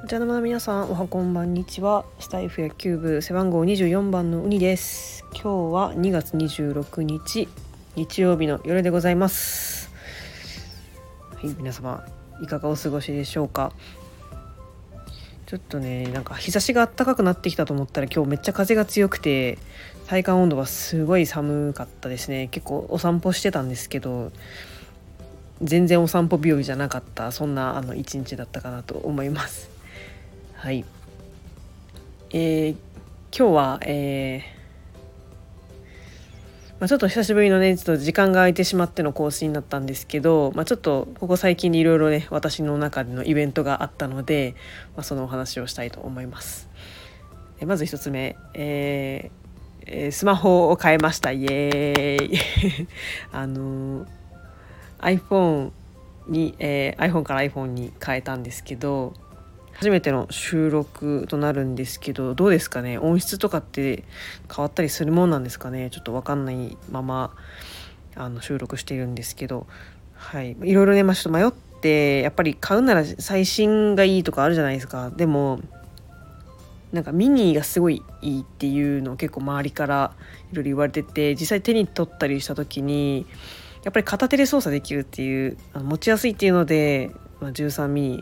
お茶の間の皆さん、おはこんばんにちは。スタイフ野球部背番号24番のウニです。今日は2月26日日曜日の夜でございます。はい、皆様いかがお過ごしでしょうか。ちょっとね、なんか日差しが暖かくなってきたと思ったら今日めっちゃ風が強くて体感温度はすごい寒かったですね。結構お散歩してたんですけど全然お散歩日和じゃなかった、そんな一日だったかなと思います。はい、今日は、ちょっと久しぶりのね、ちょっと時間が空いてしまっての更新になったんですけど、ちょっとここ最近にいろいろね、私の中でのイベントがあったので、そのお話をしたいと思います。まず一つ目、スマホを変えました。イエーイiPhone に、iPhone から iPhone に変えたんですけど、初めての収録となるんですけど、どうですかね。音質とかって変わったりするもんなんですかね。ちょっと分かんないまま収録しているんですけど、はい、いろいろね、ちょっと迷って、やっぱり買うなら最新がいいとかあるじゃないですか。でもなんかミニがすごいいいっていうのを結構周りからいろいろ言われてて、実際手に取ったりした時にやっぱり片手で操作できるっていう、持ちやすいっていうので、13ミニ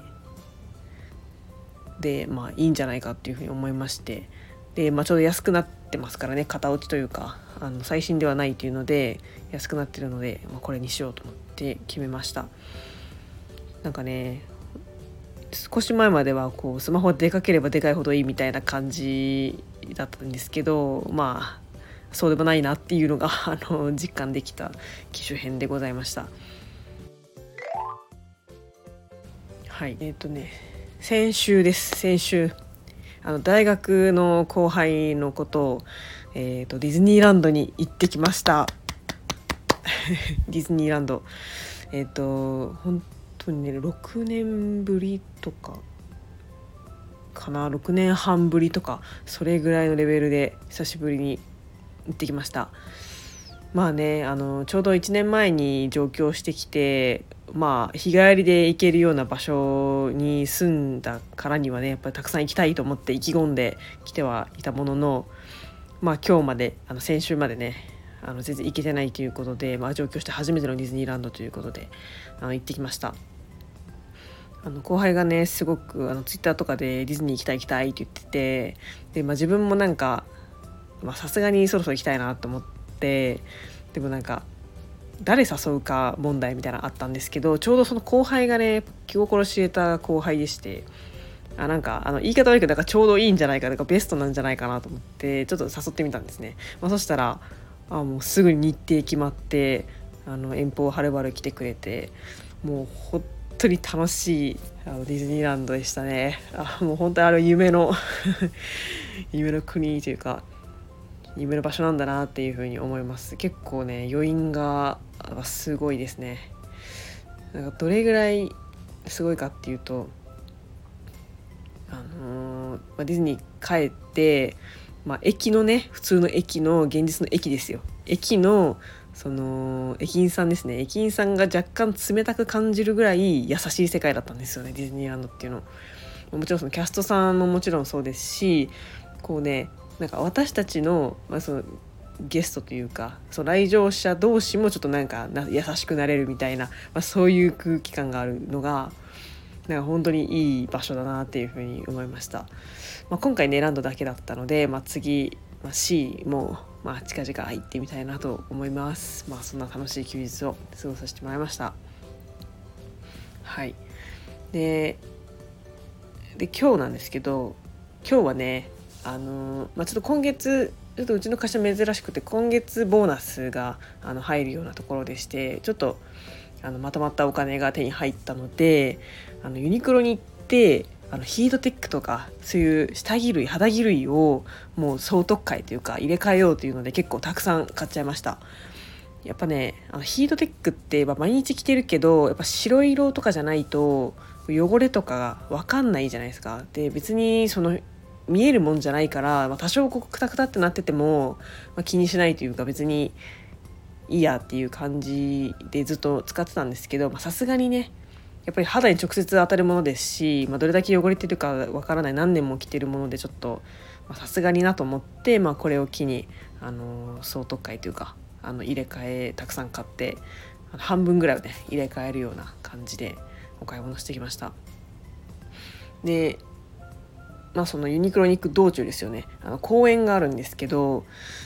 でいいんじゃないかっていうふうに思いまして、で、ちょうど安くなってますからね、型落ちというか最新ではないというので安くなってるので、これにしようと思って決めました。なんかね、少し前まではこうスマホでかければでかいほどいいみたいな感じだったんですけど、そうでもないなっていうのが実感できた機種編でございました。はい、先週大学の後輩のことを、ディズニーランドに行ってきましたディズニーランド、本当にね、6年ぶりとかかな、6年半ぶりとかそれぐらいのレベルで久しぶりに行ってきました。ちょうど1年前に上京してきて、日帰りで行けるような場所に住んだからにはね、やっぱりたくさん行きたいと思って意気込んで来てはいたものの、今日まで先週までね全然行けてないということで、上京して初めてのディズニーランドということで行ってきました。後輩がね、すごくツイッターとかでディズニー行きたいって言ってて、で、自分もなんかさすがにそろそろ行きたいなと思って、でもなんか誰誘うか問題みたいなのあったんですけど、ちょうどその後輩がね、気心知れた後輩でして、なんか言い方悪いけど、なんかちょうどいいんじゃないか、なんかベストなんじゃないかなと思ってちょっと誘ってみたんですね。そしたらもうすぐに日程決まって、遠方はるばる来てくれて、もう本当に楽しいディズニーランドでしたね。もう本当に夢の夢の国というか夢の場所なんだなっていうふうに思います。結構ね、余韻がすごいですね。なんかどれぐらいすごいかっていうと、ディズニー帰って、駅のね、普通の駅の現実の駅ですよ。駅のその駅員さんですね。駅員さんが若干冷たく感じるぐらい優しい世界だったんですよね、ディズニーランドっていうの。もちろんそのキャストさんももちろんそうですし、こうね、なんか私たちの、そのゲストというか、その来場者同士もちょっとなんか優しくなれるみたいな、そういう空気感があるのがなんか本当にいい場所だなっていうふうに思いました。今回ね、ランドだけだったので、次、C も近々行ってみたいなと思います。そんな楽しい休日を過ごさせてもらいました。はい。で今日なんですけど、今日はね、ちょっと今月ちょっとうちの会社珍しくて、今月ボーナスが入るようなところでして、ちょっとまとまったお金が手に入ったので、ユニクロに行ってヒートテックとかそういう下着類肌着類をもう総特価というか入れ替えようというので結構たくさん買っちゃいました。やっぱね、ヒートテックって毎日着てるけど、やっぱ白色とかじゃないと汚れとかが分かんないじゃないですか。で、別にその見えるもんじゃないから、多少クタクタってなってても、気にしないというか、別にいいやっていう感じでずっと使ってたんですけど、さすがにね、 やっぱり肌に直接当たるものですし、どれだけ汚れてるかわからない、何年も着てるものでちょっとさすがになと思って、これを機に総特価というか入れ替えたくさん買って、半分ぐらいをね入れ替えるような感じでお買い物してきました。でそのユニクロに行く道中ですよね、公園があるんですけど、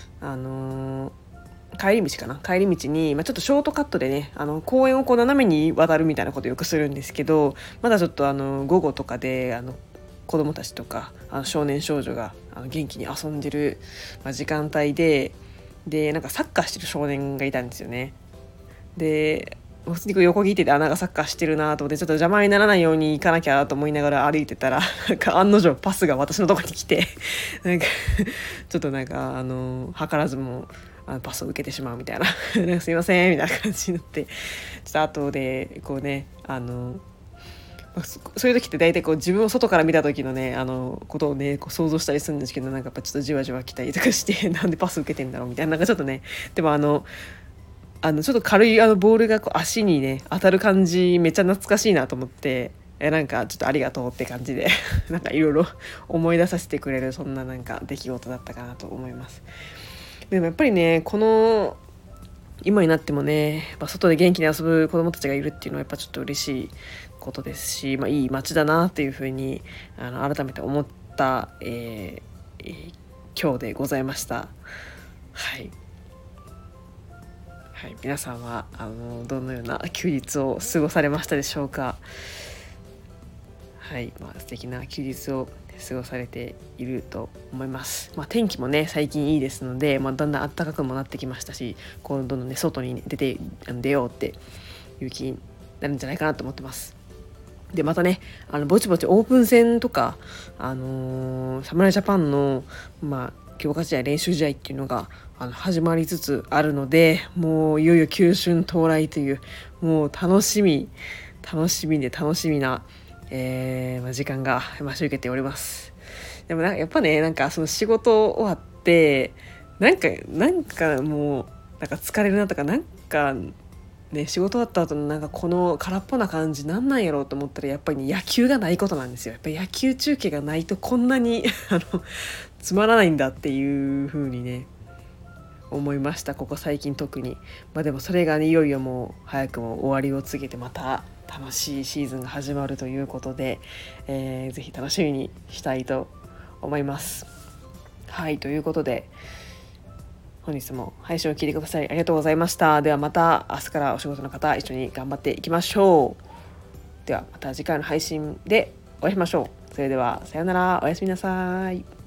帰り道に、ちょっとショートカットでね公園をこう斜めに渡るみたいなことをよくするんですけど、まだちょっと午後とかで子供たちとか少年少女が元気に遊んでる、時間帯でなんかサッカーしてる少年がいたんですよね。で普通に横切っててなんかサッカーしてるなと思って、ちょっと邪魔にならないように行かなきゃと思いながら歩いてたらなんか案の定パスが私のとこに来てなんかちょっとなんか図らずもパスを受けてしまうみたいななんかすいませんみたいな感じになって、ちょっと後でこうねそういう時って大体こう自分を外から見た時のねことをねこう想像したりするんですけど、なんかやっぱちょっとじわじわ来たりとかしてなんでパス受けてんだろうみたいな、なんかちょっとね、でもちょっと軽いボールがこう足にね当たる感じめっちゃ懐かしいなと思って、なんかちょっとありがとうって感じでなんかいろいろ思い出させてくれる、そんななんか出来事だったかなと思います。でもやっぱりねこの今になってもね、外で元気に遊ぶ子どもたちがいるっていうのはやっぱちょっと嬉しいことですし、いい街だなっていうふうに改めて思った、今日でございました。はい、皆さんはどのような休日を過ごされましたでしょうか。はい、素敵な休日を過ごされていると思います。天気もね最近いいですので、だんだん暖かくもなってきましたし、こうどんどんね外に出ようっていう気になるんじゃないかなと思ってます。でまたねぼちぼちオープン戦とか侍ジャパンの強化試合練習試合っていうのが始まりつつあるので、もういよいよ球春到来という、もう楽しみな、時間が待ち受けております。でもやっぱねその仕事終わってなんかもう疲れるなとか仕事終わった後のこの空っぽな感じなんやろうと思ったら、やっぱり野球がないことなんですよ。やっぱり野球中継がないとこんなにつまらないんだっていう風にね思いました、ここ最近特に。でもそれがねいよいよもう早くも終わりを告げて、また楽しいシーズンが始まるということで、ぜひ楽しみにしたいと思います。はい、ということで本日も配信を聞いてくださりありがとうございました。ではまた明日からお仕事の方一緒に頑張っていきましょう。ではまた次回の配信でお会いしましょう。それではさようなら、おやすみなさい。